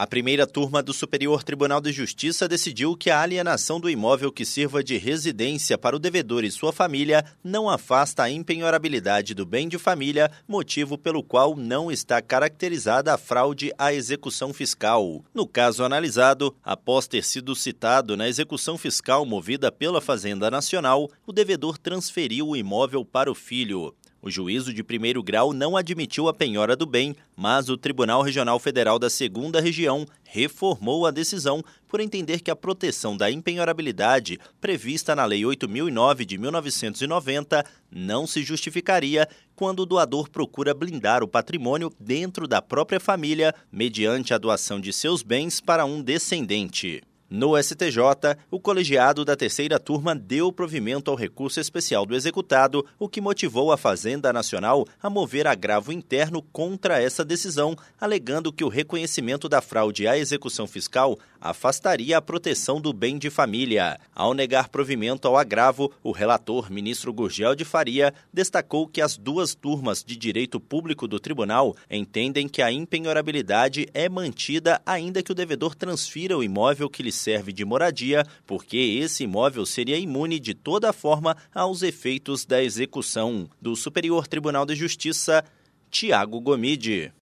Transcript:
A primeira turma do Superior Tribunal de Justiça decidiu que a alienação do imóvel que sirva de residência para o devedor e sua família não afasta a empenhorabilidade do bem de família, motivo pelo qual não está caracterizada a fraude à execução fiscal. No caso analisado, após ter sido citado na execução fiscal movida pela Fazenda Nacional, o devedor transferiu o imóvel para o filho. O juízo de primeiro grau não admitiu a penhora do bem, mas o Tribunal Regional Federal da 2ª Região reformou a decisão por entender que a proteção da empenhorabilidade prevista na Lei 8.009 de 1990 não se justificaria quando o doador procura blindar o patrimônio dentro da própria família mediante a doação de seus bens para um descendente. No STJ, o colegiado da 3ª turma deu provimento ao recurso especial do executado, o que motivou a Fazenda Nacional a mover agravo interno contra essa decisão, alegando que o reconhecimento da fraude à execução fiscal afastaria a proteção do bem de família. Ao negar provimento ao agravo, o relator, ministro Gurgel de Faria, destacou que as duas turmas de direito público do tribunal entendem que a empenhorabilidade é mantida ainda que o devedor transfira o imóvel que lhe serve de moradia, porque esse imóvel seria imune de toda forma aos efeitos da execução. Do Superior Tribunal de Justiça, Tiago Gomide.